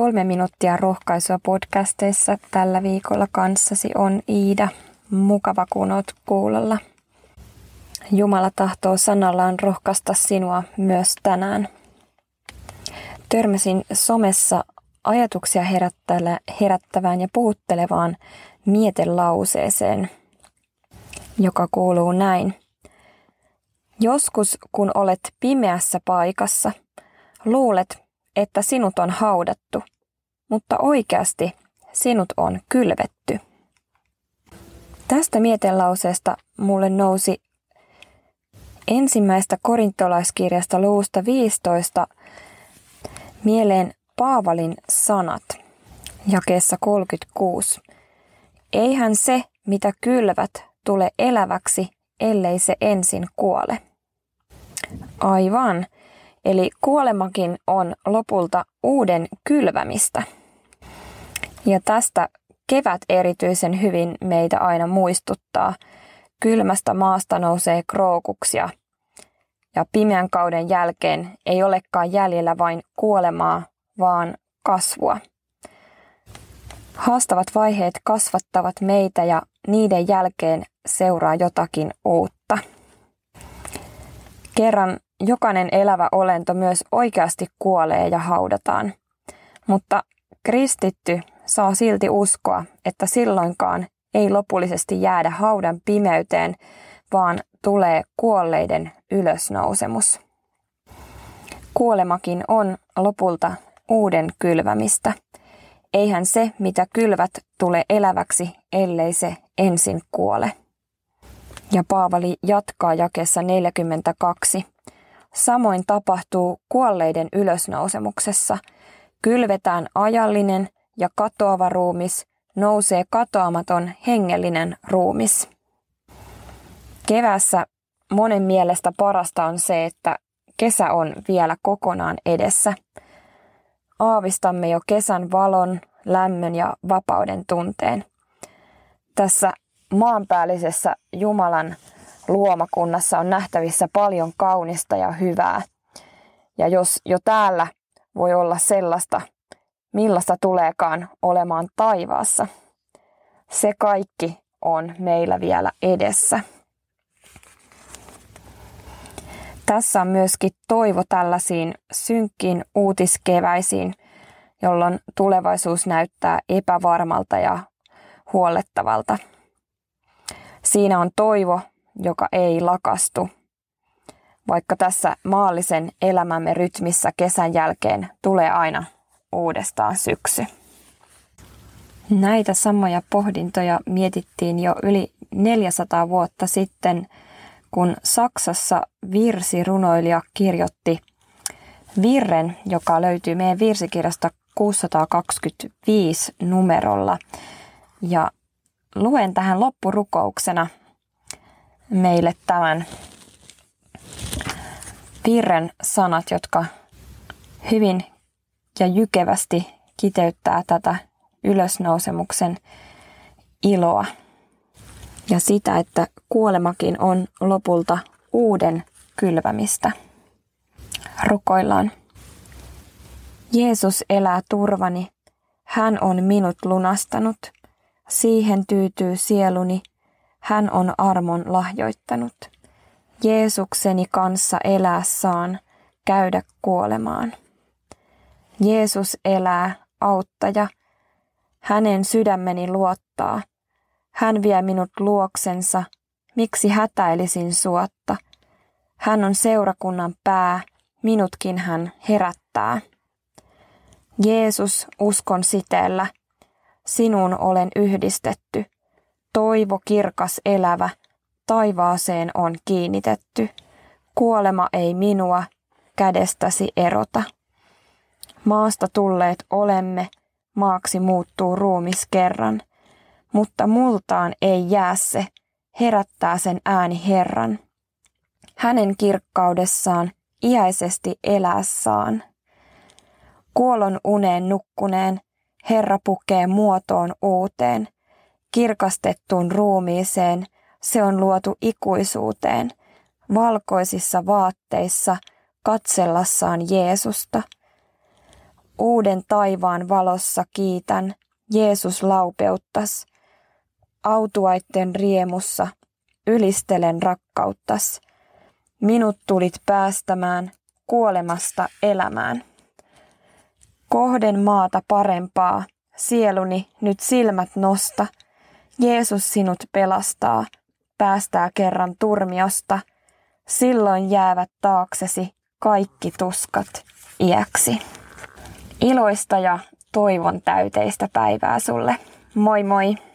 3 minuuttia rohkaisua podcasteissa tällä viikolla kanssasi on Iida. Mukava kun oot kuulolla. Jumala tahtoo sanallaan rohkaista sinua myös tänään. Törmäsin somessa ajatuksia herättävään ja puhuttelevaan mietelauseeseen, joka kuuluu näin. Joskus kun olet pimeässä paikassa, luulet, että sinut on haudattu, mutta oikeasti sinut on kylvetty. Tästä mietelauseesta mulle nousi ensimmäistä korintolaiskirjasta luvusta 15 mieleen Paavalin sanat jakeessa 36. Eihän se, mitä kylvät, tule eläväksi, ellei se ensin kuole. Aivan, eli kuolemakin on lopulta uuden kylvämistä. Ja tästä kevät erityisen hyvin meitä aina muistuttaa. Kylmästä maasta nousee krookuksia ja pimeän kauden jälkeen ei olekaan jäljellä vain kuolemaa, vaan kasvua. Haastavat vaiheet kasvattavat meitä ja niiden jälkeen seuraa jotakin uutta. Kerran jokainen elävä olento myös oikeasti kuolee ja haudataan, mutta kristitty saa silti uskoa, että silloinkaan ei lopullisesti jäädä haudan pimeyteen, vaan tulee kuolleiden ylösnousemus. Kuolemakin on lopulta uuden kylvämistä. Eihän se, mitä kylvät, tule eläväksi, ellei se ensin kuole. Ja Paavali jatkaa jakeessa 42. Samoin tapahtuu kuolleiden ylösnousemuksessa. Kylvetään ajallinen ja katoava ruumis, nousee katoamaton hengellinen ruumis. Keväässä monen mielestä parasta on se, että kesä on vielä kokonaan edessä. Aavistamme jo kesän valon, lämmön ja vapauden tunteen. Tässä maanpäällisessä Jumalan luomakunnassa on nähtävissä paljon kaunista ja hyvää. Ja jos jo täällä voi olla sellaista, millaista tuleekaan olemaan taivaassa, se kaikki on meillä vielä edessä. Tässä on myöskin toivo tällaisiin synkkiin uutiskeväisiin, jolloin tulevaisuus näyttää epävarmalta ja huolettavalta. Siinä on toivo, joka ei lakastu, vaikka tässä maallisen elämämme rytmissä kesän jälkeen tulee aina uudestaan syksy. Näitä samoja pohdintoja mietittiin jo yli 400 vuotta sitten, kun Saksassa virsirunoilija kirjoitti virren, joka löytyy meidän virsikirjasta 625 numerolla. Ja luen tähän loppurukouksena meille tämän virren sanat, jotka hyvin ja jykevästi kiteyttää tätä ylösnousemuksen iloa. Ja sitä, että kuolemakin on lopulta uuden kylvämistä. Rukoillaan. Jeesus elää turvani. Hän on minut lunastanut. Siihen tyytyy sieluni. Hän on armon lahjoittanut. Jeesukseni kanssa elää saan, käydä kuolemaan. Jeesus elää, auttaja. Hänen sydämeni luottaa. Hän vie minut luoksensa, miksi hätäilisin suotta. Hän on seurakunnan pää, minutkin hän herättää. Jeesus, uskon siteellä, sinuun olen yhdistetty. Toivo kirkas elävä, taivaaseen on kiinnitetty. Kuolema ei minua kädestäsi erota. Maasta tulleet olemme, maaksi muuttuu ruumis kerran. Mutta multaan ei jää se, herättää sen ääni Herran. Hänen kirkkaudessaan iäisesti elää saan. Kuolon uneen nukkuneen Herra pukee muotoon uuteen. Kirkastettuun ruumiiseen se on luotu ikuisuuteen. Valkoisissa vaatteissa katsellassaan Jeesusta. Uuden taivaan valossa kiitän Jeesus laupeuttas. Autuaitten riemussa ylistelen rakkauttas. Minut tulit päästämään kuolemasta elämään. Kohden maata parempaa, sieluni nyt silmät nosta. Jeesus sinut pelastaa, päästää kerran turmiosta. Silloin jäävät taaksesi kaikki tuskat iäksi. Iloista ja toivon täyteistä päivää sulle. Moi moi!